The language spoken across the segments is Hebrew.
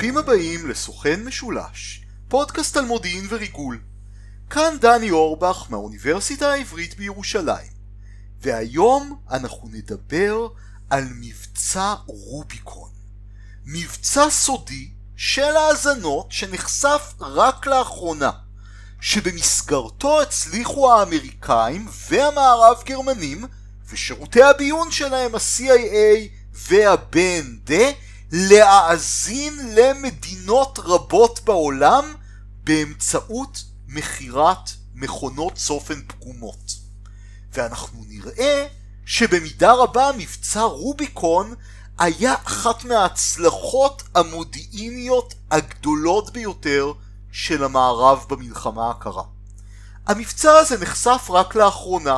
ברוכים הבאים לסוכן משולש, פודקאסט על מודיעין וריגול. כאן דני אורבך מהאוניברסיטה העברית בירושלים, והיום אנחנו נדבר על מבצע רוביקון. מבצע סודי של האזנות שנחשף רק לאחרונה, שבמסגרתו הצליחו האמריקאים והמערב גרמנים ושירותי הביון שלהם ה-CIA וה-BND להאזין למדינות רבות בעולם באמצעות מכירת מכונות צופן פגומות. ואנחנו נראה שבמידה רבה מבצע רוביקון היה אחת מההצלחות המודיעיניות הגדולות ביותר של המערב במלחמה הקרה. המבצע הזה נחשף רק לאחרונה,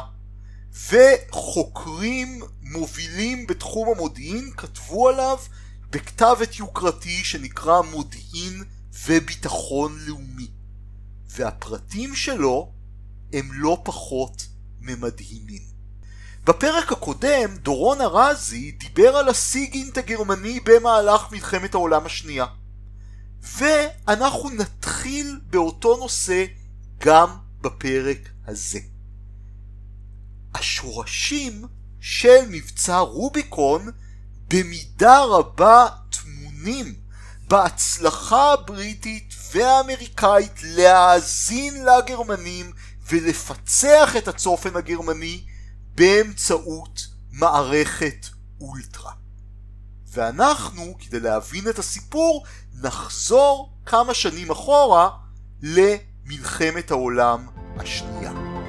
וחוקרים מובילים בתחום המודיעין כתבו עליו בכתב עת יוקרתי שנקרא מודיעין וביטחון לאומי, והפרטים שלו הם לא פחות ממדהימים. בפרק הקודם דורון ארזי דיבר על הסיגינט הגרמני במהלך מלחמת העולם השנייה, ואנחנו נתחיל באותו נושא גם בפרק הזה. השורשים של מבצע רוביקון במידה רבה טמונים בהצלחה הבריטית והאמריקאית להאזין לגרמנים ולפצח את הצופן הגרמני באמצעות מערכת אולטרה. ואנחנו, כדי להבין את הסיפור, נחזור כמה שנים אחורה למלחמת העולם השנייה.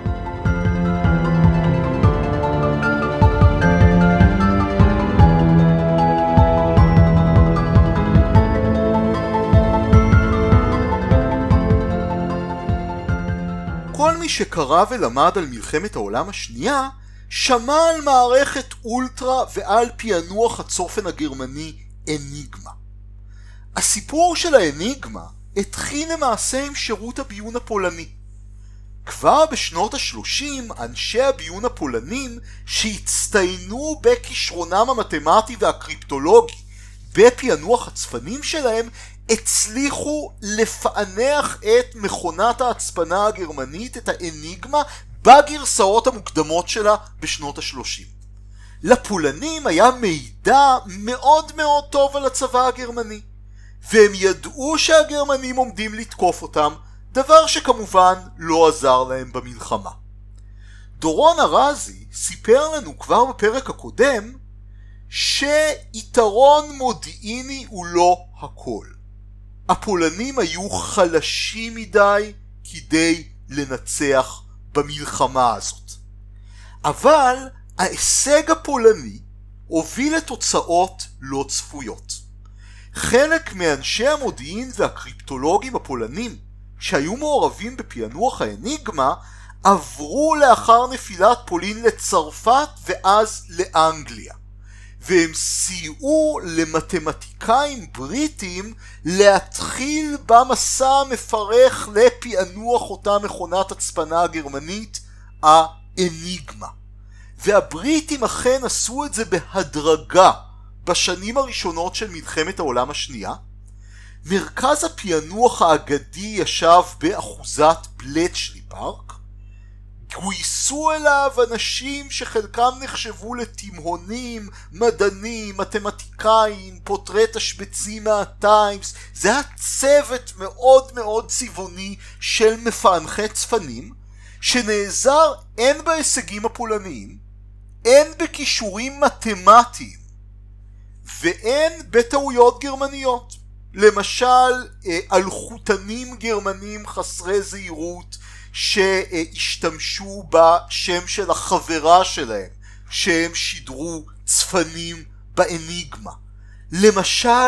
כל מי שקרא ולמד על מלחמת העולם השנייה שמע על מערכת אולטרה ועל פענוח הצופן הגרמני אניגמה. הסיפור של האניגמה התחיל למעשה עם שירות הביון הפולני. כבר בשנות ה-30 אנשי הביון הפולנים שהצטיינו בכישרונם המתמטי והקריפטולוגי בפענוח הצפנים שלהם הצליחו לפענח את מכונת ההצפנה הגרמנית, את האניגמה, בגרסאות המוקדמות שלה בשנות ה-30. לפולנים היה מידע מאוד מאוד טוב על הצבא הגרמני, והם ידעו שהגרמנים עומדים לתקוף אותם, דבר שכמובן לא עזר להם במלחמה. דורון ארזי סיפר לנו כבר בפרק הקודם שיתרון מודיעיני הוא לא הכל. הפולנים היו חלשים מדי כדי לנצח במלחמה הזאת. אבל ההישג הפולני הוביל לתוצאות לא צפויות. חלק מאנשי המודיעין והקריפטולוגים הפולנים שהיו מעורבים בפענוח האניגמה עברו לאחר נפילת פולין לצרפת ואז לאנגליה, והם סייעו למתמטיקאים בריטים להתחיל במסע המפרך לפענוח אותה מכונת הצפנה הגרמנית, האניגמה. והבריטים אכן עשו את זה בהדרגה בשנים הראשונות של מלחמת העולם השנייה. מרכז הפענוח האגדי ישב באחוזת בלצ'לי פארק. גויסו אליו אנשים שחלקם נחשבו לתימהונים, מדענים, מתמטיקאים, פותרי תשבצים מהטיימס. זה היה צוות מאוד מאוד צבעוני של מפענחי צפנים, שנעזר הן בהישגים הפולניים, הן בכישורים מתמטיים, והן בטעויות גרמניות. למשל, אלחוטנים גרמנים חסרי זהירות, שהשתמשו בשם של החברה שלהם שהם שידרו צפנים באניגמה. למשל,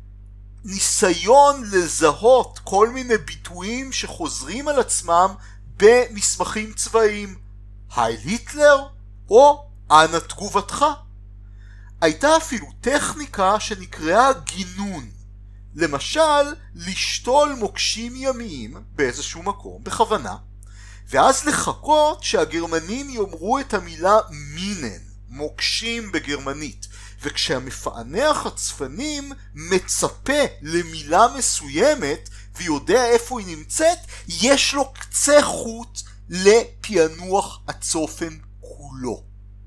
ניסיון לזהות כל מיני ביטויים שחוזרים על עצמם במסמכים צבאיים. היי היטלר או אנא תגובתך. הייתה אפילו טכניקה שנקראה גינון. למשל, לשתול מוקשים ימיים באיזשהו מקום בכוונה, ואז לחכות שהגרמנים יאמרו את המילה מינן, מוקשים בגרמנית, וכשהמפענח הצפנים מצפה למילה מסוימת ויודע איפה היא נמצאת, יש לו קצה חוט לפענוח הצופן כולו.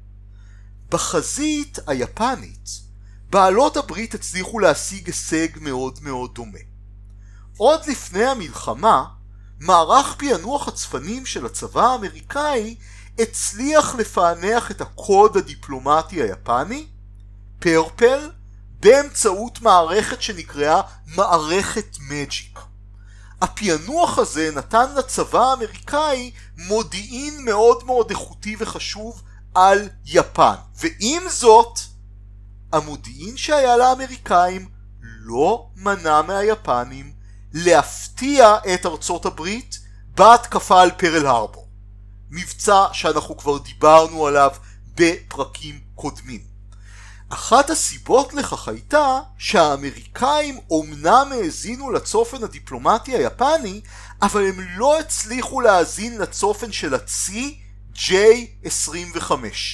בחזית היפנית, בעלות הברית הצליחו להשיג הישג מאוד מאוד דומה. עוד לפני המלחמה, מערך פענוח הצפנים של הצבא האמריקאי הצליח לפענח את הקוד הדיפלומטי היפני, פרפל, באמצעות מערכת שנקראה מערכת מג'יק. הפענוח הזה נתן לצבא האמריקאי מודיעין מאוד מאוד איכותי וחשוב על יפן. ועם זאת, המודיעין שהיה לאמריקאים לא מנע מהיפנים להפתיע את ארצות הברית בהתקפה על פרל הרבור. מבצע שאנחנו כבר דיברנו עליו בפרקים קודמים. אחת הסיבות לכך הייתה שהאמריקאים אומנם האזינו לצופן הדיפלומטי היפני, אבל הם לא הצליחו להאזין לצופן של הצי J-25.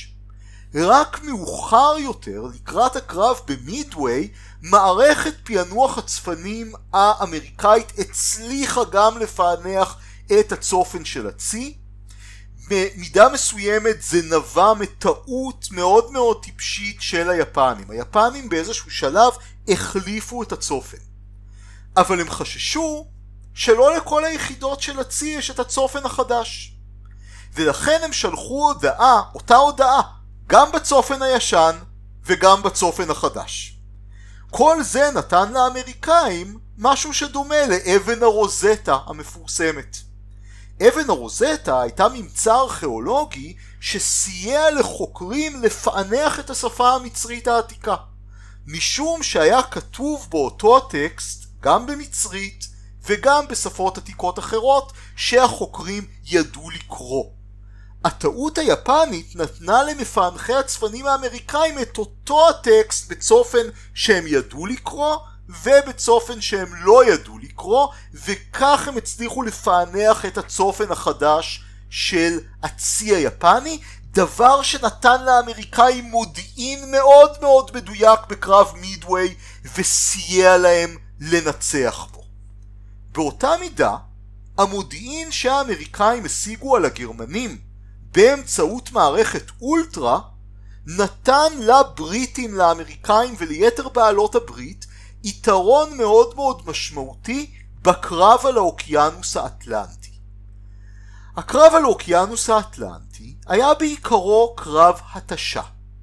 רק מאוחר יותר, לקראת הקרב במידווי, מערכת פענוח הצפנים האמריקאית הצליחה גם לפענח את הצופן של הצי. במידה מסוימת זה נבע מטעות מאוד מאוד טיפשית של היפנים. היפנים באיזשהו שלב החליפו את הצופן. אבל הם חששו שלא לכל היחידות של הצי יש את הצופן החדש. ולכן הם שלחו הודעה, אותה הודעה, גם בצופן הישן וגם בצופן החדש. כל זה נתן לאמריקאים משהו שדומה לאבן הרוזטה המפורסמת. אבן הרוזטה הייתה ממצא ארכיאולוגי שסייע לחוקרים לפענח את השפה המצרית העתיקה, משום שהיה כתוב באותו הטקסט גם במצרית וגם בשפות עתיקות אחרות שהחוקרים ידעו לקרוא. הטעות היפנית נתנה למפענחי הצפנים האמריקאים את אותו הטקסט בצופן שהם ידעו לקרוא ובצופן שהם לא ידעו לקרוא, וכך הם הצליחו לפענח את הצופן החדש של הצי היפני, דבר שנתן לאמריקאים מודיעין מאוד מאוד מדויק בקרב מידווי וסייע להם לנצח בו. באותה מידה, המודיעין שהאמריקאים השיגו על הגרמנים באמצעות מערכת אולטרה נתן לבריטים, לאמריקאים וליתר בעלות הברית יתרון מאוד מאוד משמעותי בקרב על האוקיינוס האטלנטי. הקרב על האוקיינוס האטלנטי היה בעיקרו קרב התשה.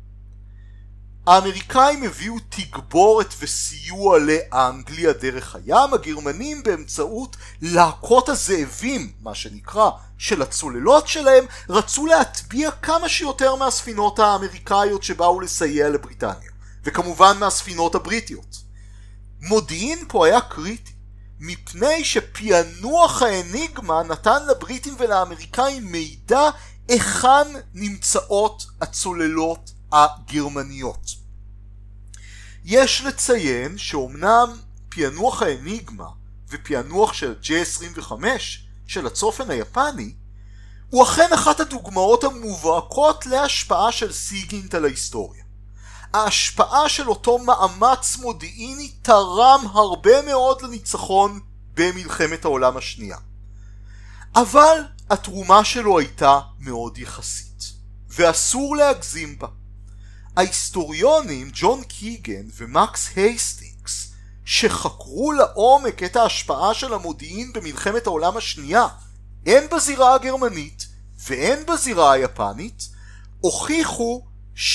האמריקאים הביאו תגבורת וסיוע לאנגליה דרך הים, הגרמנים באמצעות להקות הזאבים, מה שנקרא, של הצוללות שלהם, רצו להטביע כמה שיותר מהספינות האמריקאיות שבאו לסייע לבריטניה, וכמובן מהספינות הבריטיות. מודיעין פה היה קריטי, מפני שפענוח האניגמה נתן לבריטים ולאמריקאים מידע היכן נמצאות הצוללות הגרמניות. יש לציין שאומנם פענוח האניגמה ופענוח של J-25 של הצופן היפני הוא אכן אחת הדוגמאות המובהקות להשפעה של סיגינט על ההיסטוריה. ההשפעה של אותו מאמץ מודיעיני תרם הרבה מאוד לניצחון במלחמת העולם השנייה. אבל התרומה שלו הייתה מאוד יחסית, ואסור להגזים בה. ההיסטוריונים ג'ון קיגן ומקס הייסטינגס, שחקרו לעומק את ההשפעה של המודיעין במלחמת העולם השנייה, הן בזירה הגרמנית והן בזירה היפנית, הוכיחו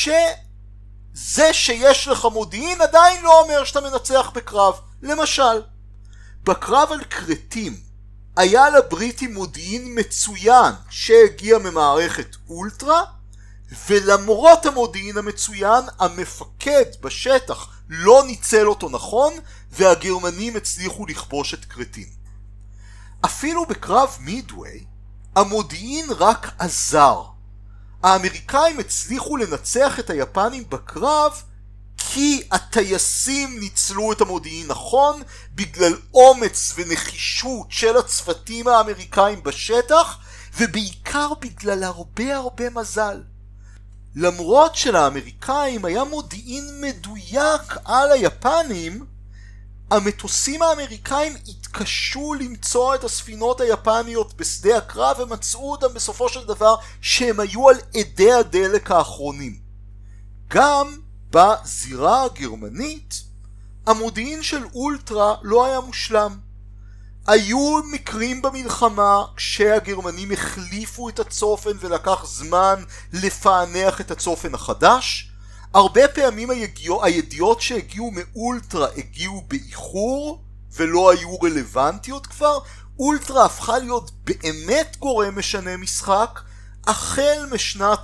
שזה שיש לך מודיעין עדיין לא אומר שאתה מנצח בקרב. למשל, בקרב על קרטים היה לבריטים מודיעין מצוין שהגיע ממערכת אולטרה, ולמרות המודיעין המצוין המפקד בשטח לא ניצל אותו נכון, והגרמנים הצליחו לכבוש את קרטים. אפילו בקרב מידווי המודיעין רק עזר. האמריקאים הצליחו לנצח את היפנים בקרב כי הטייסים ניצלו את המודיעין נכון, בגלל אומץ ונחישות של הצוותים האמריקאים בשטח, ובעיקר בגלל הרבה מזל. למרות שלאמריקאים היה מודיעין מדויק על היפנים, המטוסים האמריקאים התקשו למצוא את הספינות היפניות בשדה הקרב, ומצאו אותם בסופו של דבר שהם היו על אדי הדלק האחרונים. גם בזירה הגרמנית המודיעין של אולטרה לא היה מושלם. היו מקרים במלחמה כשהגרמנים החליפו את הצופן ולקח זמן לפענח את הצופן החדש. הרבה פעמים הידיעות שהגיעו מאולטרה הגיעו באיחור ולא היו רלוונטיות כבר. אולטרה הפכה להיות באמת גורם משנה משחק החל משנת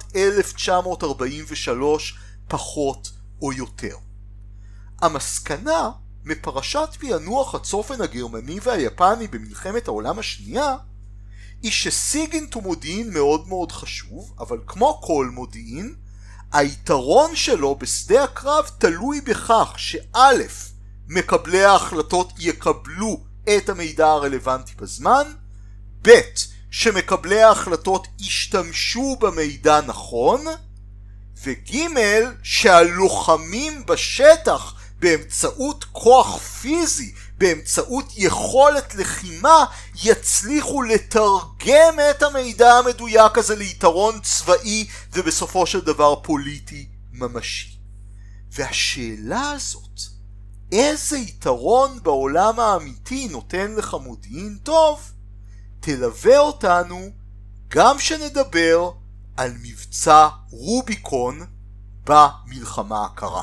1943 פחות או יותר. המסקנה מפרשת פענוח הצופן הגרמני והיפני במלחמת העולם השנייה היא שסיגינט הוא מודיעין מאוד מאוד חשוב, אבל כמו כל מודיעין, היתרון שלו בשדה הקרב תלוי בכך שא' מקבלי ההחלטות יקבלו את המידע הרלוונטי בזמן, ב' שמקבלי ההחלטות ישתמשו במידע נכון, וג' שהלוחמים בשטח באמצעות כוח פיזי, באמצעות יכולת לחימה, יצליחו לתרגם את המידע המדויק הזה ליתרון צבאי ובסופו של דבר פוליטי ממשי. והשאלה הזאת, איזה יתרון בעולם האמיתי נותן לך מודיעין טוב, תלווה אותנו גם שנדבר על מבצע רוביקון במלחמה הקרה.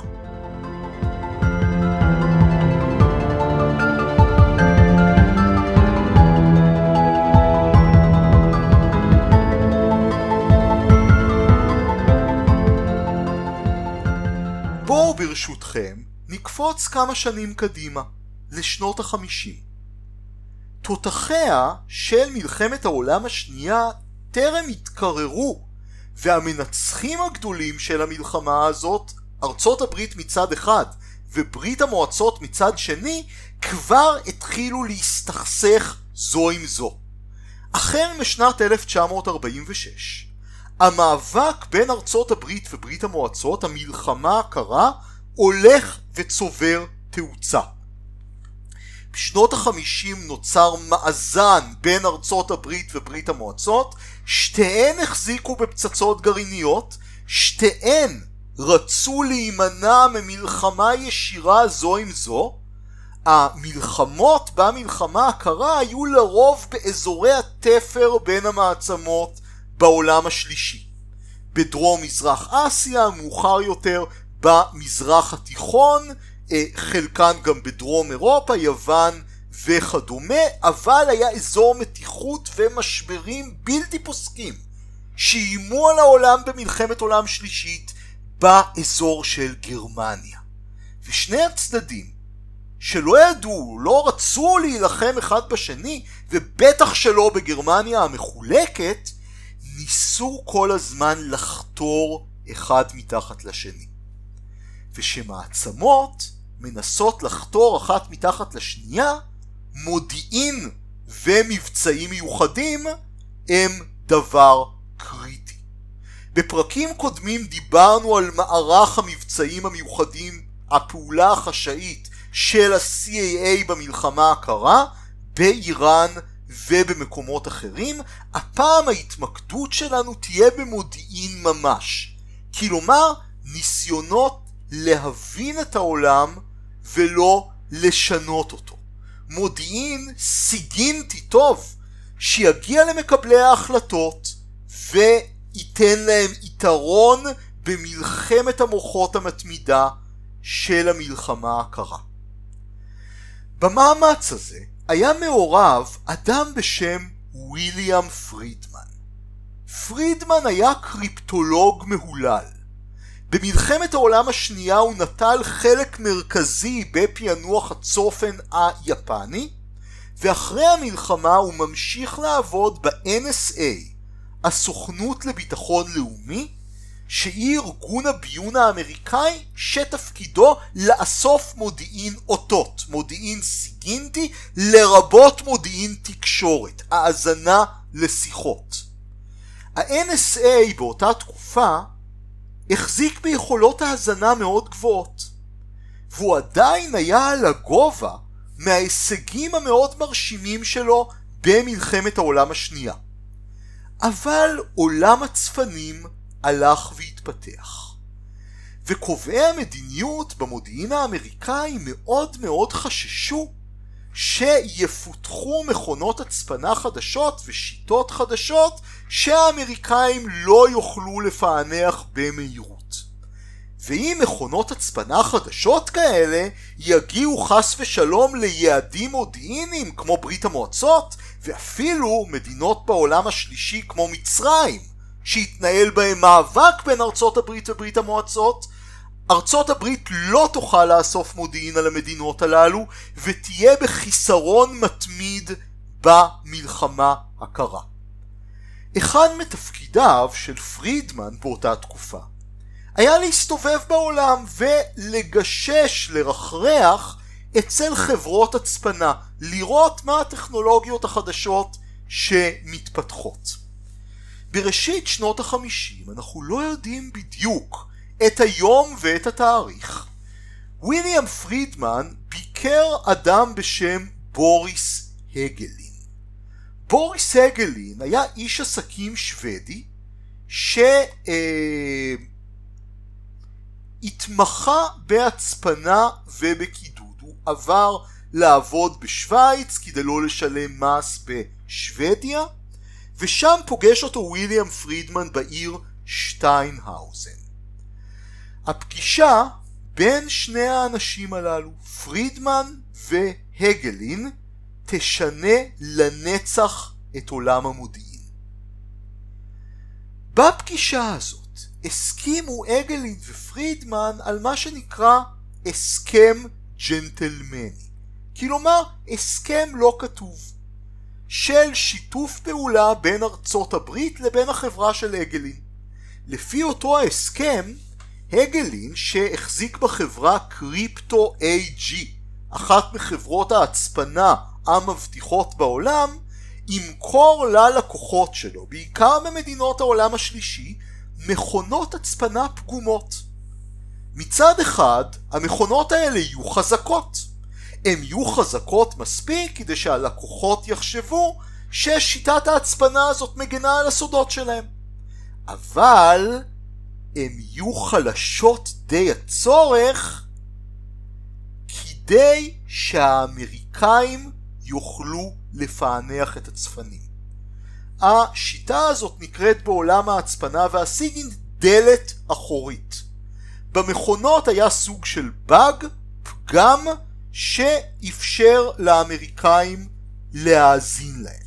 בואו ברשותכם נקפוץ כמה שנים קדימה, לשנות ה-50. תותחיה של מלחמת העולם השנייה טרם התקררו, והמנצחים הגדולים של המלחמה הזאת, ארצות הברית מצד אחד וברית המועצות מצד שני, כבר התחילו להסתכסך זו עם זו. החל משנת 1946, המאבק בין ארצות הברית וברית המועצות, המלחמה הקרה, הולך וצובר תאוצה. בשנות ה-50 נוצר מאזן בין ארצות הברית וברית המועצות, שתיהן החזיקו בפצצות גרעיניות, שתיהן רצו להימנע ממלחמה ישירה זו עם זו. המלחמות במלחמה הקרה היו לרוב באזורי התפר בין המעצמות בעולם השלישי. בדרום מזרח אסיה, מאוחר יותר במזרח התיכון, חלקן גם בדרום אירופה, יוון וכדומה, אבל היה אזור מתיחות ומשברים בלתי פוסקים שאיימו על העולם במלחמת עולם שלישית באזור של גרמניה. ושני הצדדים שלא ידעו, לא רצו להילחם אחד בשני, ובטח שלא בגרמניה המחולקת, ניסו כל הזמן לחתור אחד מתחת לשני. ושמעצמות מנסות לחתור אחת מתחת לשנייה, מודיעין ומבצעים מיוחדים הם דבר קריטי. בפרקים קודמים דיברנו על מערך המבצעים המיוחדים, הפעולה החשאית של ה-CAA במלחמה הקרה, באיראן ובמקומות אחרים. הפעם ההתמקדות שלנו תהיה במודיעין ממש. כלומר, ניסיונות להבין את העולם ולא לשנות אותו. מודיעין סיגינטי טוב שיגיע למקבלי ההחלטות וייתן להם יתרון במלחמת המוחות המתמידה של המלחמה הקרה. במאמץ הזה היה מעורב אדם בשם וויליאם פרידמן. פרידמן היה קריפטולוג מהולל. במלחמת העולם השנייה הוא נטל חלק מרכזי בפענוח הצופן היפני, ואחרי המלחמה הוא ממשיך לעבוד ב-NSA, הסוכנות לביטחון לאומי, שהיא ארגון הביון האמריקאי שתפקידו לאסוף מודיעין אותות, מודיעין סיגינטי, לרבות מודיעין תקשורת, האזנה לשיחות. ה-NSA באותה תקופה החזיק ביכולות האזנה מאוד גבוהות, והוא עדיין היה על הגובה מההישגים המאוד מרשימים שלו במלחמת העולם השנייה. אבל עולם הצפנים הלך והתפתח, וקובעי המדיניות במודיעין האמריקאי מאוד מאוד חששו שיפותחו מכונות הצפנה חדשות ושיטות חדשות שהאמריקאים לא יוכלו לפענח במהירות. ואם מכונות הצפנה חדשות כאלה יגיעו חס ושלום ליעדים מודיעיניים כמו ברית המועצות, ואפילו מדינות בעולם השלישי כמו מצרים, שהתנהל בהם מאבק בין ארצות הברית וברית המועצות, ארצות הברית לא תוכל לאסוף מודיעין על המדינות הללו, ותהיה בחיסרון מתמיד במלחמה הקרה. אחד מתפקידיו של פרידמן באותה תקופה היה להסתובב בעולם ולגשש, לרחרח אצל חברות הצפנה, לראות מה הטכנולוגיות החדשות שמתפתחות. בראשית שנות ה-50 אנחנו לא יודעים בדיוק את היום ואת התאריך. ויליאם פרידמן ביקר אדם בשם בוריס הגלין. בוריס הגלין היה איש עסקים שוודי התמחה בהצפנה ובקידוד. הוא עבר לעבוד בשוויץ כדי לא לשלם מס בשוודיה, ושם פוגש אותו ויליאם פרידמן בעיר שטיינהאוזן. הפגישה בין שני האנשים הללו, פרידמן והגלין, תשנה לנצח את עולם המודיעין. בפגישה הזאת הסכימו הגלין ופרידמן על מה שנקרא הסכם ג'נטלמני, כלומר הסכם לא כתוב, של שיתוף פעולה בין ארצות הברית לבין החברה של הגלין. לפי אותו ההסכם, הגלין שהחזיק בחברה קריפטו AG, אחת מחברות ההצפנה המבטיחות בעולם, ימכור ללקוחות שלו, בעיקר במדינות העולם השלישי, מכונות הצפנה פגומות. מצד אחד, המכונות האלה יהיו חזקות. הן יהיו חזקות מספיק כדי שהלקוחות יחשבו ששיטת ההצפנה הזאת מגנה על הסודות שלהם. אבל הן יהיו חלשות די הצורך כדי שהאמריקאים יוכלו לפענח את הצפנים. השיטה הזאת נקראת בעולם ההצפנה והסיגינט דלת אחורית. במכונות היה סוג של באג, פגם, שאפשר לאמריקאים להאזין להם.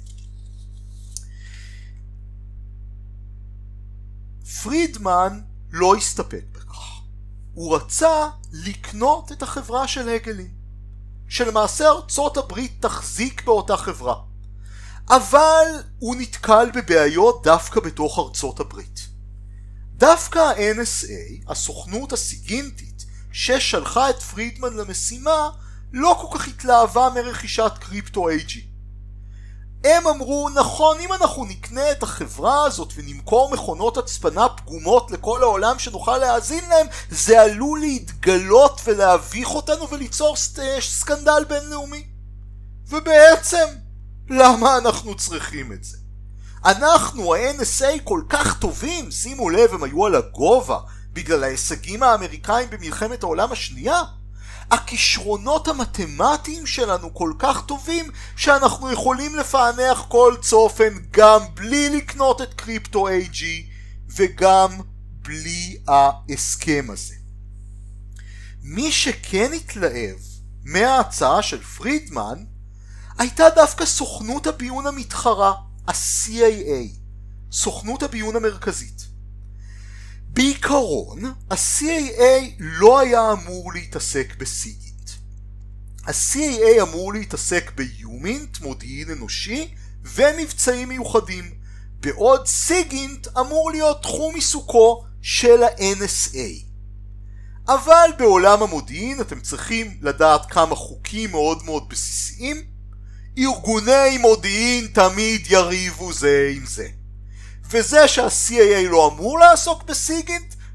פרידמן לא הסתפק בכך. הוא רצה לקנות את החברה של הגלין, שלמעשה ארצות הברית תחזיק באותה חברה. אבל הוא נתקל בבעיות דווקא בתוך ארצות הברית. דווקא ה-NSA, הסוכנות הסיגינטית ששלחה את פרידמן למשימה, לא כל כך התלהבה מרכישת קריפטו AG. הם אמרו, נכון, אם אנחנו נקנה את החברה הזאת ונמכור מכונות הצפנה פגומות לכל העולם שנוכל להאזין להם, זה עלול להתגלות ולהביך אותנו וליצור סקנדל בינלאומי. ובעצם, למה אנחנו צריכים את זה? אנחנו, ה-NSA, כל כך טובים, שימו לב, הם היו על הגובה בגלל ההישגים האמריקאים במלחמת העולם השנייה. הכישרונות המתמטיים שלנו כל כך טובים שאנחנו יכולים לפענח כל צופן גם בלי לקנות את קריפטו AG וגם בלי ההסכם הזה. מי שכן התלהב מההצעה של פרידמן הייתה דווקא סוכנות הביון המתחרה, ה-CIA, סוכנות הביון המרכזית. בעיקרון, ה-CIA לא היה אמור להתעסק בסיגינט. ה-CIA אמור להתעסק ביומינט, מודיעין אנושי, ומבצעים מיוחדים, בעוד סיגינט אמור להיות תחום עיסוקו של ה-NSA. אבל בעולם המודיעין אתם צריכים לדעת כמה חוקים מאוד מאוד בסיסיים. ארגוני מודיעין תמיד יריבו זה עם זה. וזה שה-CIA לא אמור לעסוק בסיגינט,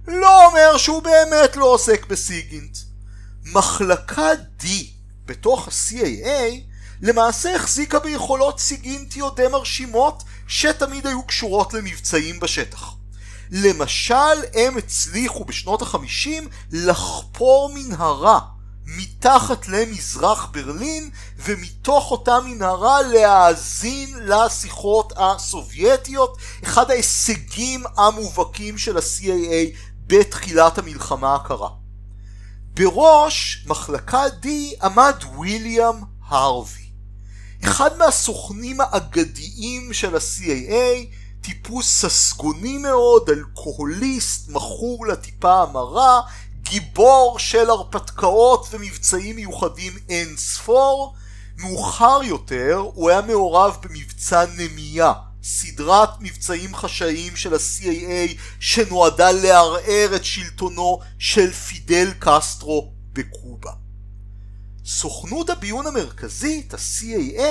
לא אומר שהוא באמת לא עוסק בסיגינט. מחלקה D בתוך ה-CAA למעשה החזיקה ביכולות סיגינטיות די מרשימות שתמיד היו קשורות למבצעים בשטח. למשל, הם הצליחו בשנות ה-50 לחפור מנהרה מתחת למזרח ברלין, ומתוך אותה מנהרה להאזין לשיחות הסובייטיות, אחד ההישגים המובהקים של ה-CAA בתחילת המלחמה הקרה. בראש מחלקה D עמד ויליאם הרווי, אחד מהסוכנים האגדיים של ה-CAA, טיפוס ססגוני מאוד, אלכוהוליסט, מכור לטיפה המרה, גיבור של הרפתקאות ומבצעים מיוחדים אין ספור. מאוחר יותר הוא היה מעורב במבצע נמיה, סדרת מבצעים חשאיים של ה-CAA שנועדה לערער את שלטונו של פידל קסטרו בקובה. סוכנות הביון המרכזית, ה-CAA,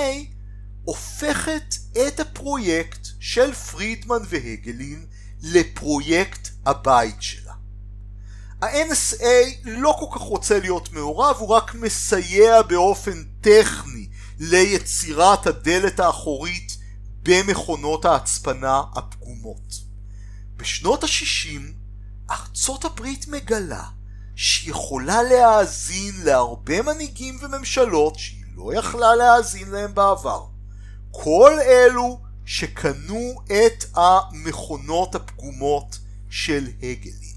הופכת את הפרויקט של פרידמן והגלין לפרויקט הבית שלה. ה-NSA לא כל כך רוצה להיות מעורב, הוא רק מסייע באופן טכני ליצירת הדלת האחורית במכונות ההצפנה הפגומות. בשנות ה-60 ארצות הברית מגלה שהיא יכולה להאזין להרבה מנהיגים וממשלות שהיא לא יכלה להאזין להם בעבר. כל אלו שקנו את המכונות הפגומות של הגלין.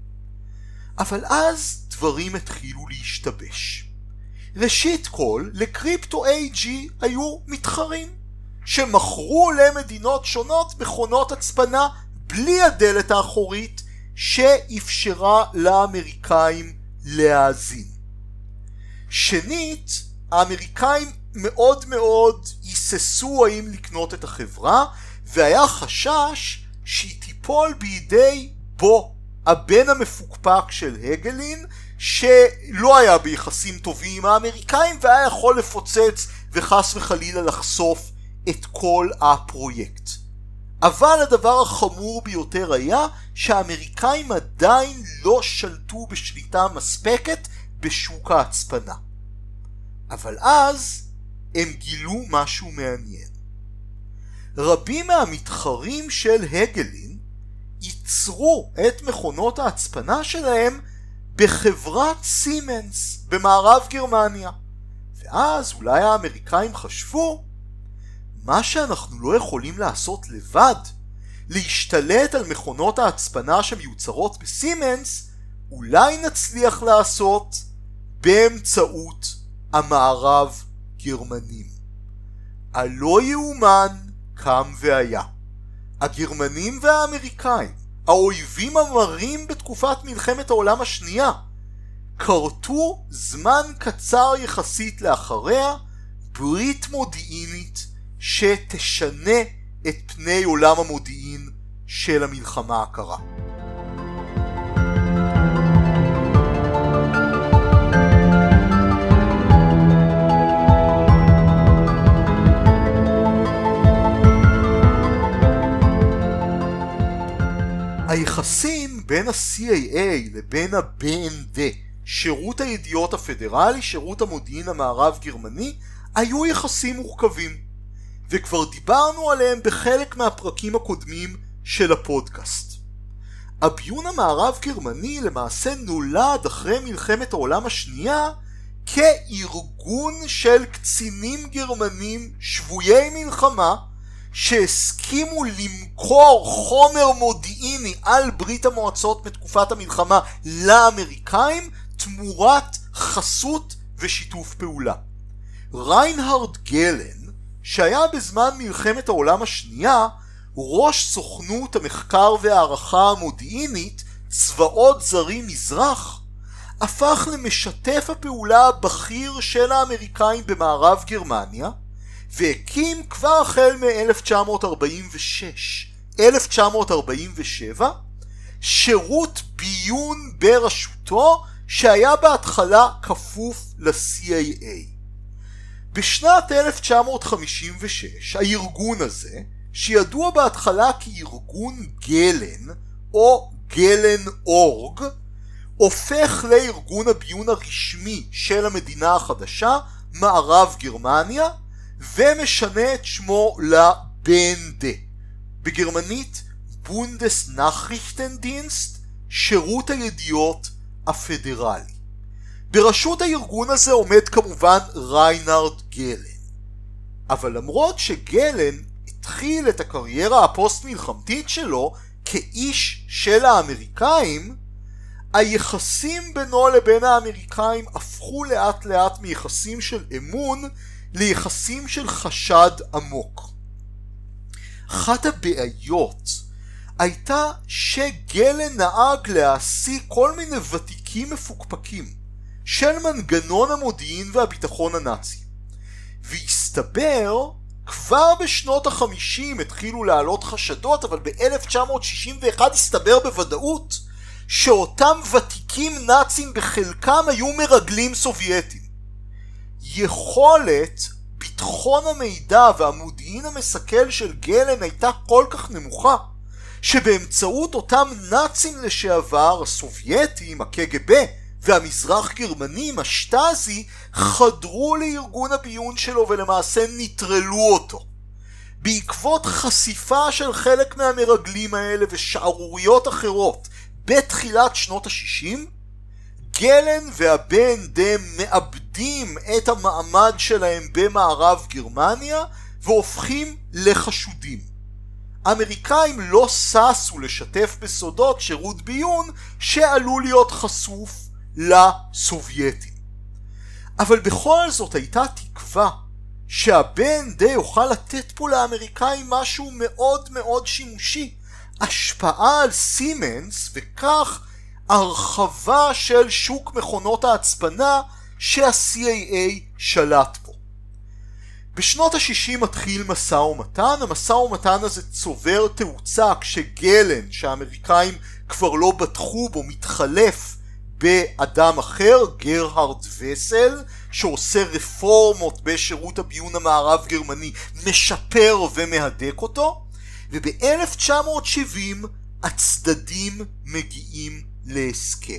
אבל אז דברים התחילו להשתבש. ראשית כל, לקריפטו-AG היו מתחרים שמכרו למדינות שונות מכונות הצפנה בלי הדלת האחורית שאפשרה לאמריקאים להאזין. שנית, האמריקאים מאוד מאוד היססו האם לקנות את החברה, והיה חשש שהיא תיפול בידי בו, הבן המפוקפק של הגלין, שלא היה ביחסים טובים עם האמריקאים והיה יכול לפוצץ וחס וחלילה לחשוף את כל הפרויקט. אבל הדבר החמור ביותר היה שהאמריקאים עדיין לא שלטו בשליטה מספקת בשוק ההצפנה. אבל אז הם גילו משהו מעניין. רבים מהמתחרים של הגלין ייצרו את מכונות ההצפנה שלהם בחברת סימנס במערב גרמניה. ואז אולי האמריקאים חשבו, מה שאנחנו לא יכולים לעשות לבד, להשתלט על מכונות ההצפנה שמיוצרות בסימנס, אולי נצליח לעשות באמצעות המערב גרמנים. הלא יאומן קם והיה. הגרמנים והאמריקאים, האויבים המרים בתקופת מלחמת העולם השנייה, קרתו זמן קצר יחסית לאחריה ברית מודיעינית שתשנה את פני עולם המודיעין של המלחמה הקרה. היחסים בין ה-CAA לבין ה-BND, שירות הידיעות הפדרלי, שירות המודיעין המערב גרמני, היו יחסים מורכבים, וכבר דיברנו עליהם בחלק מהפרקים הקודמים של הפודקאסט. הביון המערב גרמני למעשה נולד אחרי מלחמת העולם השנייה כארגון של קצינים גרמנים שבויי מלחמה שהסכימו למכור חומר מודיעיני על ברית המועצות בתקופת המלחמה לאמריקאים תמורת חסות ושיתוף פעולה. ריינהרד גלן, שהיה בזמן מלחמת העולם השנייה ראש סוכנות המחקר והערכה המודיעינית צבאות זרים מזרח, הפך למשתף הפעולה הבכיר של האמריקאים במערב גרמניה, והקים כבר החל מ-1946-1947 שירות ביון בראשותו שהיה בהתחלה כפוף ל-CAA. בשנת 1956 הארגון הזה, שידוע בהתחלה כארגון גלן או גלן אורג, הופך לארגון הביון הרשמי של המדינה החדשה, מערב גרמניה, ומשנה את שמו לבנד, בגרמנית בונדסנאכריכטנדינסט, שירות הידיעות הפדרלי. בראשות הארגון הזה עומד כמובן ריינהרד גלן. אבל למרות שגלן התחיל את הקריירה הפוסט מלחמתית שלו כאיש של האמריקאים, היחסים בינו לבין האמריקאים הפכו לאט לאט מיחסים של אמון ליחסים של חשד עמוק. אחת הבעיות הייתה שגלן נהג להעסיק כל מיני ותיקים מפוקפקים של מנגנון המודיעין והביטחון הנאצי. והסתבר, כבר בשנות ה-50 התחילו לעלות חשדות, אבל ב-1961 הסתבר בוודאות שאותם ותיקים נאצים בחלקם היו מרגלים סובייטים. יכולת ביטחון המידע והמודיעין המסכל של גלן הייתה כל כך נמוכה, שבאמצעות אותם נאצים לשעבר, הסובייטים, הקג"ב והמזרח גרמנים, השטאזי, חדרו לארגון הביון שלו ולמעשה נטרלו אותו. בעקבות חשיפה של חלק מהמרגלים האלה ושערוריות אחרות בתחילת שנות ה-60, גלן והבנד מאבדים את המעמד שלהם במערב גרמניה והופכים לחשודים. האמריקאים לא ששו לשתף בסודות שירות ביון שעלול להיות חשוף לסובייטים. אבל בכל זאת הייתה תקווה שהבנד יוכל לתת פה לאמריקאים משהו מאוד מאוד שימושי, השפעה על סימנס וכך הרחבה של שוק מכונות ההצפנה שה-CIA שלט פה. בשנות ה-60 מתחיל מסע ומתן, המסע ומתן הזה צובר תאוצה כשגלן, שהאמריקאים כבר לא בטחו בו, מתחלף באדם אחר, גרהרד וסל, שעושה רפורמות בשירות הביון המערב גרמני, משפר ומהדק אותו, וב-1970 הצדדים מגיעים להסכם.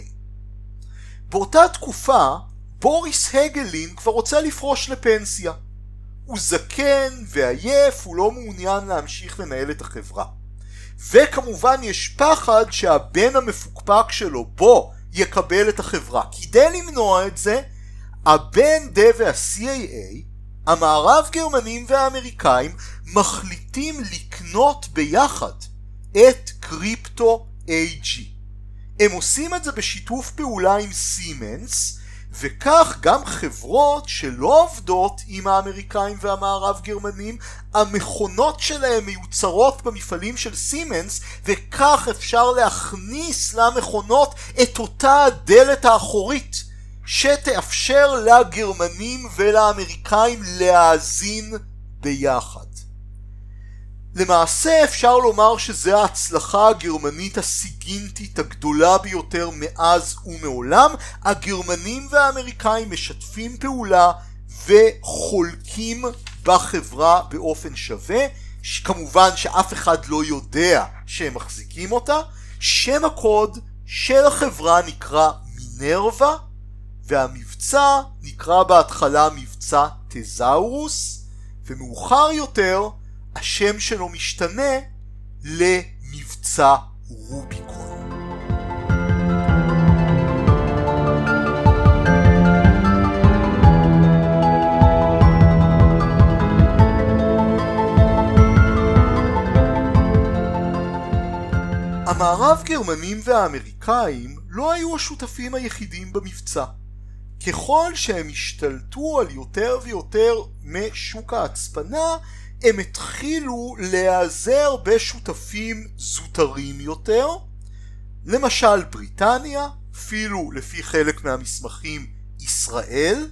באותה תקופה בוריס הגלין כבר רוצה לפרוש לפנסיה. הוא זקן ועייף, הוא לא מעוניין להמשיך לנהל את החברה. וכמובן יש פחד שהבן המפוקפק שלו בו יקבל את החברה. כדי למנוע את זה, הבנד וה-CIA, המערב גרמנים והאמריקאים, מחליטים לקנות ביחד את קריפטו AG. הם עושים את זה בשיתוף פעולה עם סימנס, וכך גם חברות שלא עובדות עם האמריקאים והמערב גרמנים, המכונות שלהם מיוצרות במפעלים של סימנס, וכך אפשר להכניס למכונות את אותה הדלת האחורית שתאפשר לגרמנים ולאמריקאים להאזין ביחד. למעשה אפשר לומר שזו ההצלחה הגרמנית הסיגינטית הגדולה ביותר מאז ומעולם. הגרמנים והאמריקאים משתפים פעולה וחולקים בחברה באופן שווה, כמובן שאף אחד לא יודע שהם מחזיקים אותה. שם הקוד של החברה נקרא מינרווה, והמבצע נקרא בהתחלה מבצע תזאורוס, ומאוחר יותר השם שלו משתנה למבצע רוביקון. המערב גרמנים והאמריקאים לא היו השותפים היחידים במבצע. ככל שהם השתלטו על יותר ויותר משוק ההצפנה, הם התחילו להיעזר בשותפים זוטרים יותר, למשל בריטניה, אפילו לפי חלק מהמסמכים ישראל,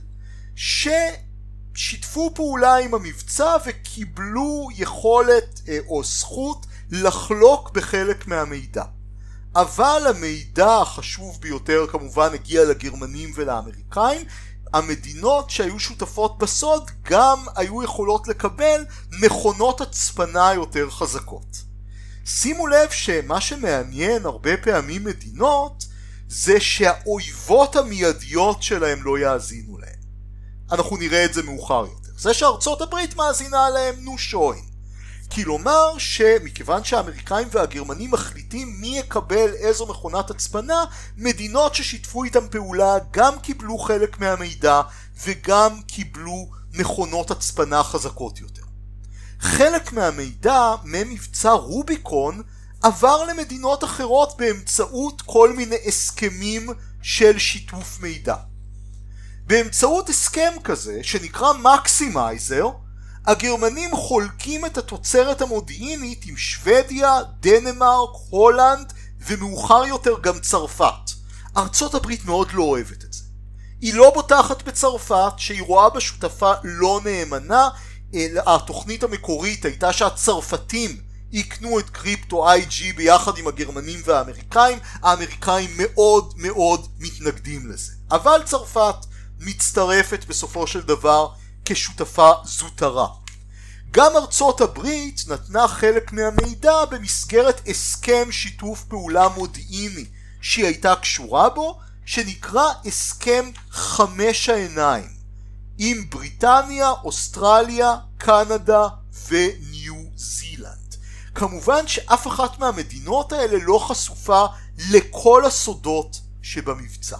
ששיתפו פעולה עם המבצע וקיבלו יכולת או זכות לחלוק בחלק מהמידע. אבל המידע החשוב ביותר כמובן הגיע לגרמנים ולאמריקאים. המדינות שהיו שותפות בסוד גם היו יכולות לקבל מכונות הצפנה יותר חזקות. שימו לב שמה שמעניין הרבה פעמים מדינות זה שהאויבות המיידיות שלהם לא יאזינו להם. אנחנו נראה את זה מאוחר יותר. זה שארצות הברית מאזינה להם נו שוין. כלומר שמכיוון שהאמריקאים והגרמנים מחליטים מי יקבל איזו מכונת הצפנה, מדינות ששיתפו איתם פעולה גם קיבלו חלק מהמידע וגם קיבלו מכונות הצפנה חזקות יותר. חלק מהמידע ממבצע רוביקון עבר למדינות אחרות באמצעות כל מיני הסכמים של שיתוף מידע. באמצעות הסכם כזה שנקרא מקסימייזר, הגרמנים חולקים את התוצרת המודיעינית עם שוודיה, דנמרק, הולנד ומאוחר יותר גם צרפת. ארצות הברית מאוד לא אוהבת את זה. היא לא בוטחת בצרפת שהיא רואה בשותפה לא נאמנה. התוכנית המקורית הייתה שהצרפתים יקנו את קריפטו IG ביחד עם הגרמנים והאמריקאים. האמריקאים מאוד מאוד מתנגדים לזה. אבל צרפת מצטרפת בסופו של דבר כשותפה זוטרה. גם ארצות הברית נתנה חלק מהמידע במסגרת הסכם שיתוף פעולה מודיעיני שהיא הייתה קשורה בו, שנקרא הסכם 5 העיניים, עם בריטניה, אוסטרליה, קנדה וניו זילנד. כמובן שאף אחת מהמדינות האלה לא חשופה לכל הסודות שבמבצע.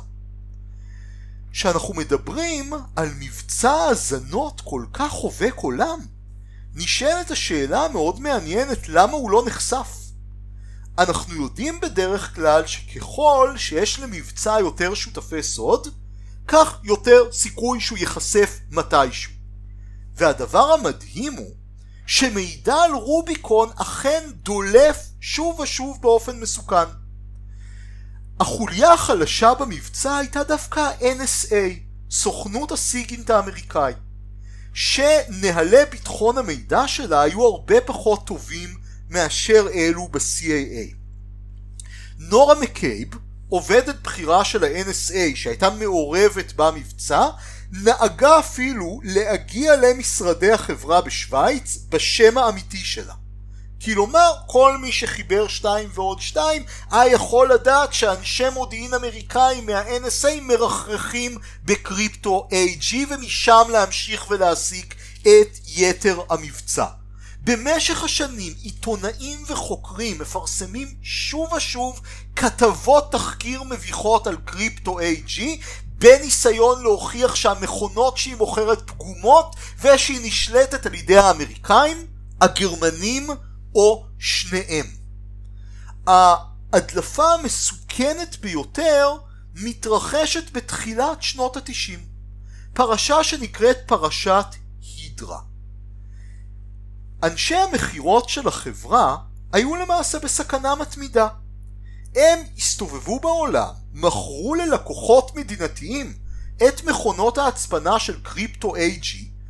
כשאנחנו מדברים על מבצע האזנות כל כך חובק עולם, נשאלת השאלה המאוד מעניינת למה הוא לא נחשף. אנחנו יודעים בדרך כלל שככל שיש למבצע יותר שותפי סוד, כך יותר סיכוי שהוא ייחשף מתישהו. והדבר המדהים הוא שמידע על רוביקון אכן דולף שוב ושוב באופן מסוכן. החוליה החלשה במבצע הייתה דווקא ה-NSA, סוכנות הסיגינט האמריקאי, שנהלי ביטחון המידע שלה היו הרבה פחות טובים מאשר אלו ב-CAA. נורה מקייב, עובדת בחירה של ה-NSA שהייתה מעורבת במבצע, נהגה אפילו להגיע למשרדי החברה בשוויץ בשם האמיתי שלה. כלומר, כל מי שחיבר 2 ועוד 2 היה יכול לדעת שאנשי מודיעין אמריקאים מה-NSA מרחרחים בקריפטו AG, ומשם להמשיך ולהסיק את יתר המבצע. במשך השנים עיתונאים וחוקרים מפרסמים שוב ושוב כתבות תחקיר מביכות על קריפטו AG, בניסיון להוכיח שהמכונות שהיא מוכרת פגומות ושהיא נשלטת על ידי האמריקאים, הגרמנים או שניהם. ההדלפה המסוכנת ביותר מתרחשת בתחילת שנות ה-90, פרשה שנקראת פרשת הידרה. אנשי המחירות של החברה היו למעשה בסכנה מתמידה. הם הסתובבו בעולם, מכרו ללקוחות מדינתיים את מכונות ההצפנה של קריפטו AG,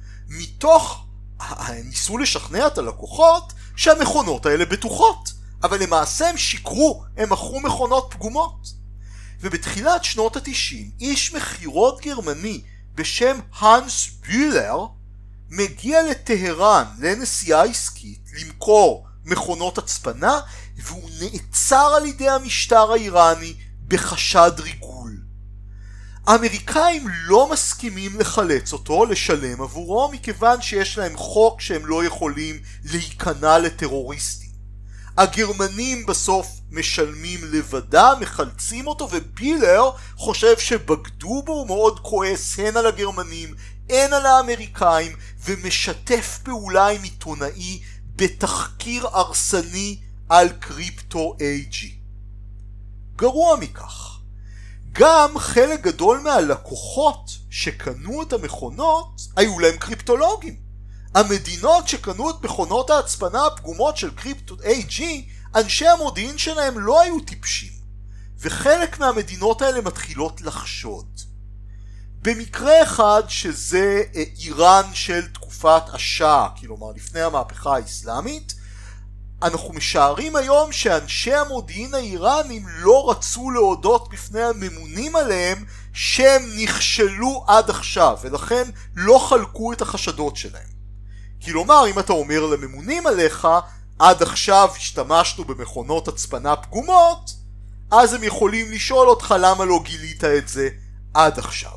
ניסו לשכנע את הלקוחות שהמכונות האלה בטוחות, אבל למעשה הם שיקרו, הם מכרו מכונות פגומות. ובתחילת שנות ה-90 איש מחירות גרמני בשם הנס בולר מגיע לטהרן לנסיעה עסקית למכור מכונות הצפנה, והוא נעצר על ידי המשטר האיראני בחשד ריגול. האמריקאים לא מסכימים לחלץ אותו, לשלם עבורו, מכיוון שיש להם חוק שהם לא יכולים להיכנע לטרוריסטים. הגרמנים בסוף משלמים לבדה, מחלצים אותו, ובילר חושב שבגדו בו, הוא מאוד כועס הן על הגרמנים הן על האמריקאים, ומשתף פעולה עם עיתונאי בתחקיר הרסני על קריפטו AG. גרוע מכך, גם חלק גדול מהלקוחות שקנו את המכונות היו להם קריפטולוגים. המדינות שקנו את מכונות ההצפנה הפגומות של קריפטו AG, אנשי המודיעין שלהם לא היו טיפשים, וחלק מהמדינות האלה מתחילות לחשוד. במקרה אחד, שזה איראן של תקופת השאה, כלומר לפני המהפכה האסלאמית, אנחנו משערים היום שאנשי המודיעין האיראנים לא רצו להודות בפני הממונים עליהם שהם נכשלו עד עכשיו, ולכן לא חלקו את החשדות שלהם. כלומר, אם אתה אומר לממונים עליך, עד עכשיו השתמשנו במכונות הצפנה פגומות, אז הם יכולים לשאול אותך למה לא גילית את זה עד עכשיו.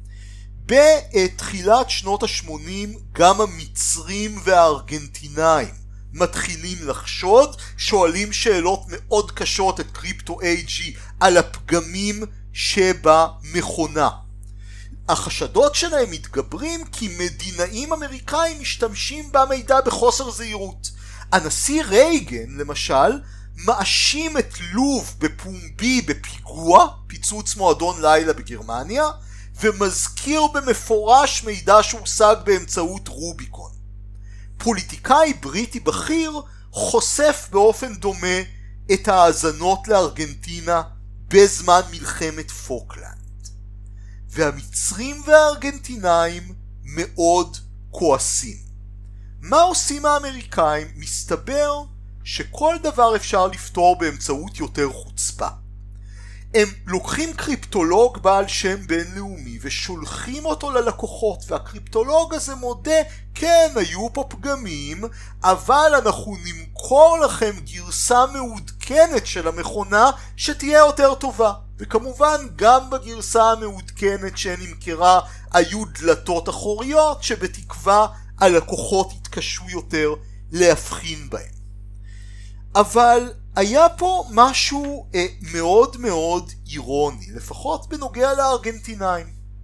בתחילת שנות ה-80 גם המצרים והארגנטינאים מתחילים לחשוד, שואלים שאלות מאוד קשות את קריפטו-AG על הפגמים שבמכונה. החשדות שלהם מתגברים כי מדינאים אמריקאים משתמשים במידע בחוסר זהירות. הנשיא רייגן למשל מאשים את לוב בפומבי בפיגוע, פיצוץ מועדון לילה בגרמניה, ומזכיר במפורש מידע שהושג באמצעות רוביקון. פוליטיקאי בריטי בכיר חושף באופן דומה את ההאזנות לארגנטינה בזמן מלחמת פוקלנד. והמצרים והארגנטינאים מאוד כועסים. מה עושים האמריקאים? מסתבר שכל דבר אפשר לפתור באמצעות יותר חוצפה. הם לוקחים קריפטולוג בעל שם בינלאומי ושולחים אותו ללקוחות, והקריפטולוג הזה מודה, כן, היו פה פגמים, אבל אנחנו נמכור לכם גרסה מעודכנת של המכונה שתהיה יותר טובה. וכמובן גם בגרסה המעודכנת שנמכרה היו דלתות אחוריות שבתקווה הלקוחות יתקשו יותר להבחין בהם. אבל היה פה משהו מאוד מאוד אירוני, לפחות בנוגע לארגנטינאים.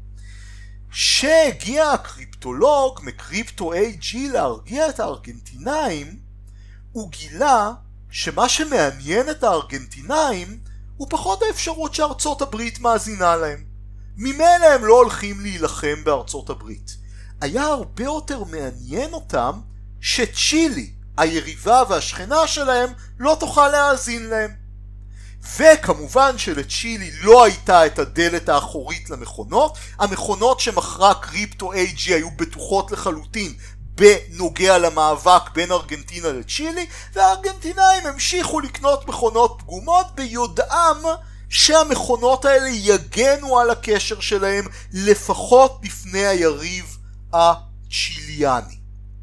שהגיע הקריפטולוג מקריפטו-AG להרגיע את הארגנטינאים, הוא גילה שמה שמעניין את הארגנטינאים הוא פחות האפשרות שארצות הברית מאזינה להם. ממילא הם לא הולכים להילחם בארצות הברית. היה הרבה יותר מעניין אותם שצ'ילי, היריבה והשכנה שלהם, לא תוכל להאזין להם. וכמובן שלצ'ילי לא הייתה את הדלת האחורית למכונות. המכונות שמכרה קריפטו-AG היו בטוחות לחלוטין בנוגע למאבק בין ארגנטינה לצ'ילי, והארגנטינאים המשיכו לקנות מכונות פגומות ביודעם שהמכונות האלה יגנו על הקשר שלהם לפחות בפני היריב הצ'יליאני.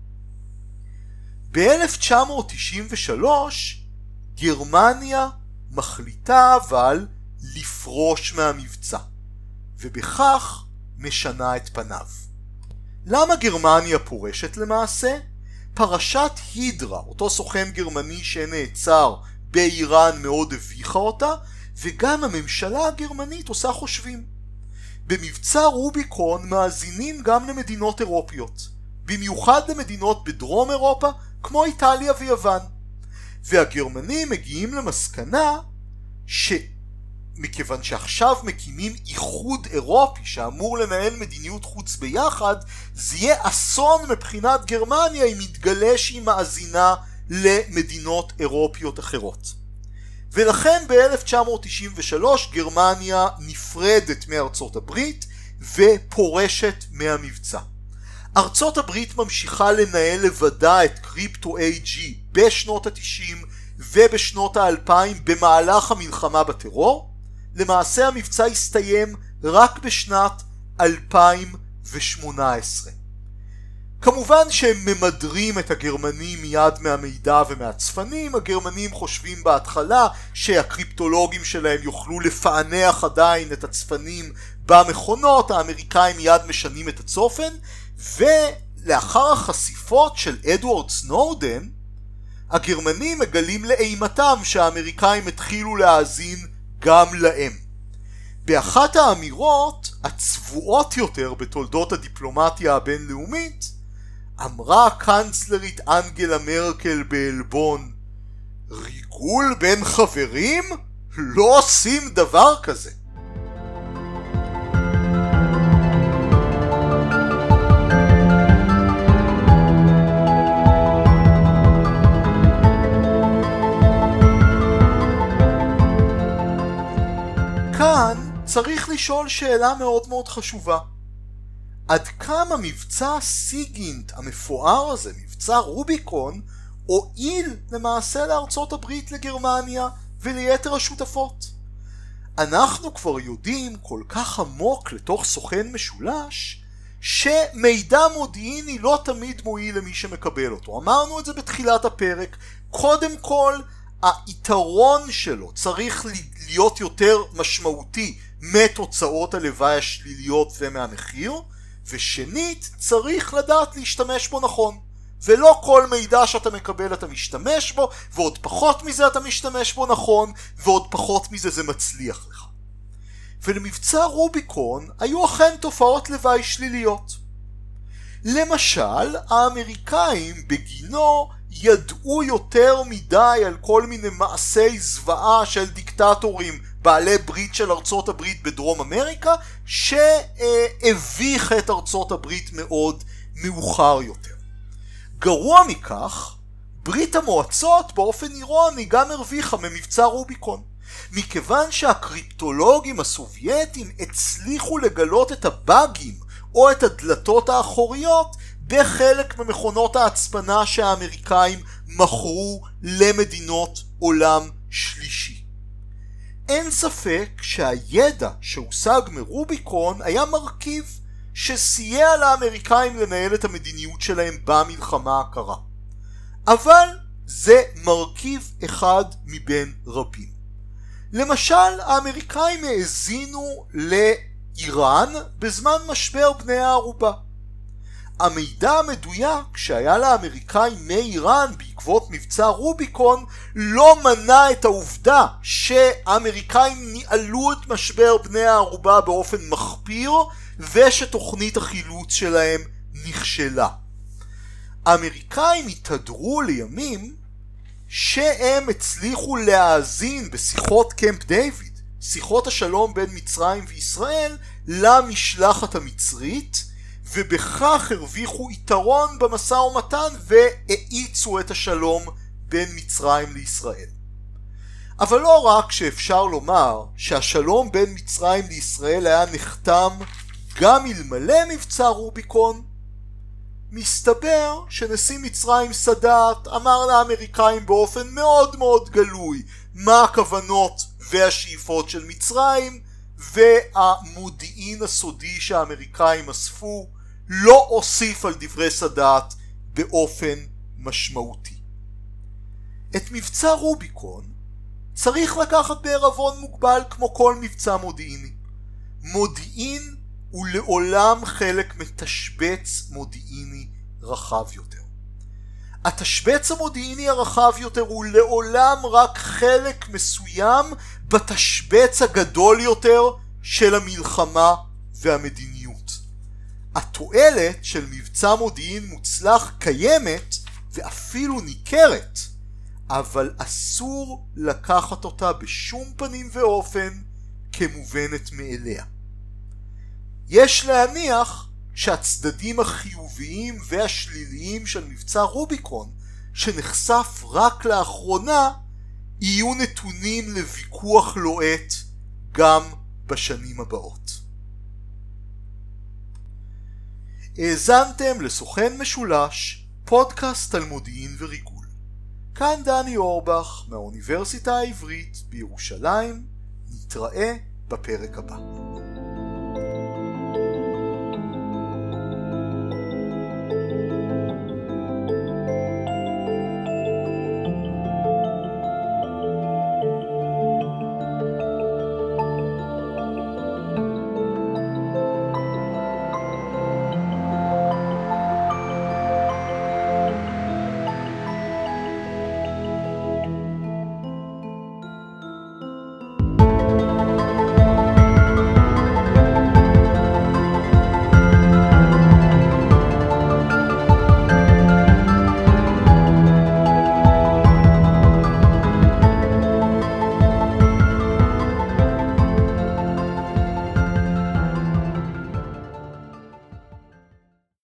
ב-1993 גרמניה מחליטה אבל לפרוש מהמבצע, ובכך משנה את פניו. למה גרמניה פורשת למעשה? פרשת הידרה, אותו סוכן גרמני שנעצר באיראן, מאוד הביכה אותה, וגם הממשלה הגרמנית עושה חושבים. במבצע רוביקון מאזינים גם למדינות אירופיות, במיוחד למדינות בדרום אירופה כמו איטליה ויוון. והגרמנים מגיעים למסקנה שמכיוון שעכשיו מקימים איחוד אירופי שאמור לנהל מדיניות חוץ ביחד, זה יהיה אסון מבחינת גרמניה אם יתגלה שהיא מאזינה למדינות אירופיות אחרות. ולכן ב-1993 גרמניה נפרדת מארצות הברית ופורשת מהמבצע. ארצות הברית ממשיכה לנהל לבדה את קריפטו-AG בשנות ה-90 ובשנות ה-2000 במהלך המלחמה בטרור. למעשה המבצע הסתיים רק בשנת 2018. כמובן שהם ממדרים את הגרמנים מיד מהמידע ומהצפנים. הגרמנים חושבים בהתחלה שהקריפטולוגים שלהם יוכלו לפענח עדיין את הצפנים במכונות. האמריקאים מיד משנים את הצופן, ולאחר החשיפות של אדוארד סנודן הגרמנים מגלים לאימתם שהאמריקאים התחילו להאזין גם להם. באחת האמירות הצבועות יותר בתולדות הדיפלומטיה הבינלאומית אמרה הקנצלרית אנגלה מרקל בעלבון, ריגול בין חברים? לא עושים דבר כזה. כאן צריך לשאול שאלה מאוד מאוד חשובה. עד כמה מבצע סיגינט המפואר הזה, מבצע רוביקון, הועיל למעשה לארצות הברית, לגרמניה וליתר השותפות? אנחנו כבר יודעים כל כך עמוק לתוך סוכן משולש שמידע מודיעיני לא תמיד מועיל למי שמקבל אותו. אמרנו את זה בתחילת הפרק. קודם כל, היתרון שלו צריך להיות יותר משמעותי מתוצאות הלוואי השליליות ומהמחיר, ושנית, צריך לדעת להשתמש בו נכון. ולא כל מידע שאתה מקבל אתה משתמש בו, ועוד פחות מזה אתה משתמש בו נכון, ועוד פחות מזה זה מצליח לך. ולמבצע רוביקון היו אכן תופעות לוואי שליליות. למשל, האמריקאים בגינו ידעו יותר מדי על כל מיני מעשי זוועה של דיקטטורים בעלי ברית של ארצות הברית בדרום אמריקה, שהביך את ארצות הברית מאוד מאוחר יותר. גרוע מכך, ברית המועצות באופן אירוני גם הרוויחה ממבצע רוביקון. מכיוון שהקריפטולוגים הסובייטים הצליחו לגלות את הבאגים או את הדלתות האחוריות בחלק ממכונות ההצפנה שהאמריקאים מכרו למדינות עולם שלישי. אין ספק שהידע שהושג מרוביקון היה מרכיב שסייע לאמריקאים לנהל את המדיניות שלהם במלחמה הקרה. אבל זה מרכיב אחד מבין רבים. למשל, האמריקאים האזינו לאיראן בזמן משבר בני הערובה. המידע המדויק שהיה לאמריקאים מאיראן בעקבות מבצע רוביקון לא מנע את העובדה שהאמריקאים ניהלו את משבר בני הערובה באופן מחפיר ושתוכנית החילוץ שלהם נכשלה. האמריקאים התהדרו לימים שהם הצליחו להאזין בשיחות קמפ דיוויד, שיחות השלום בין מצרים וישראל, למשלחת המצרית, ובכך הרוויחו יתרון במשא ומתן והאיצו את השלום בין מצרים לישראל. אבל לא רק שאפשר לומר שהשלום בין מצרים לישראל היה נחתם גם אלמלא מבצע רוביקון, מסתבר שנשיא מצרים סאדאת אמר לאמריקאים באופן מאוד מאוד גלוי מה הכוונות והשאיפות של מצרים, והמודיעין הסודי שהאמריקאים אספו לא הוסיף על דברי סאדאת באופן משמעותי. את מבצע רוביקון צריך לקחת בערבון מוגבל כמו כל מבצע מודיעיני. מודיעין הוא לעולם חלק מתשבץ מודיעיני רחב יותר. התשבץ המודיעיני הרחב יותר הוא לעולם רק חלק מסוים בתשבץ הגדול יותר של המלחמה והמדיניות. התועלת של מבצע מודיעין מוצלח קיימת ואפילו ניכרת, אבל אסור לקחת אותה בשום פנים ואופן כמובנת מאליה. יש להניח שהצדדים החיוביים והשליליים של מבצע רוביקון, שנחשף רק לאחרונה, יהיו נתונים לוויכוח לוהט גם בשנים הבאות. האזנתם לסוכן משולש, פודקאסט על מודיעין וריגול. כאן דני אורבך מהאוניברסיטה העברית בירושלים. נתראה בפרק הבא.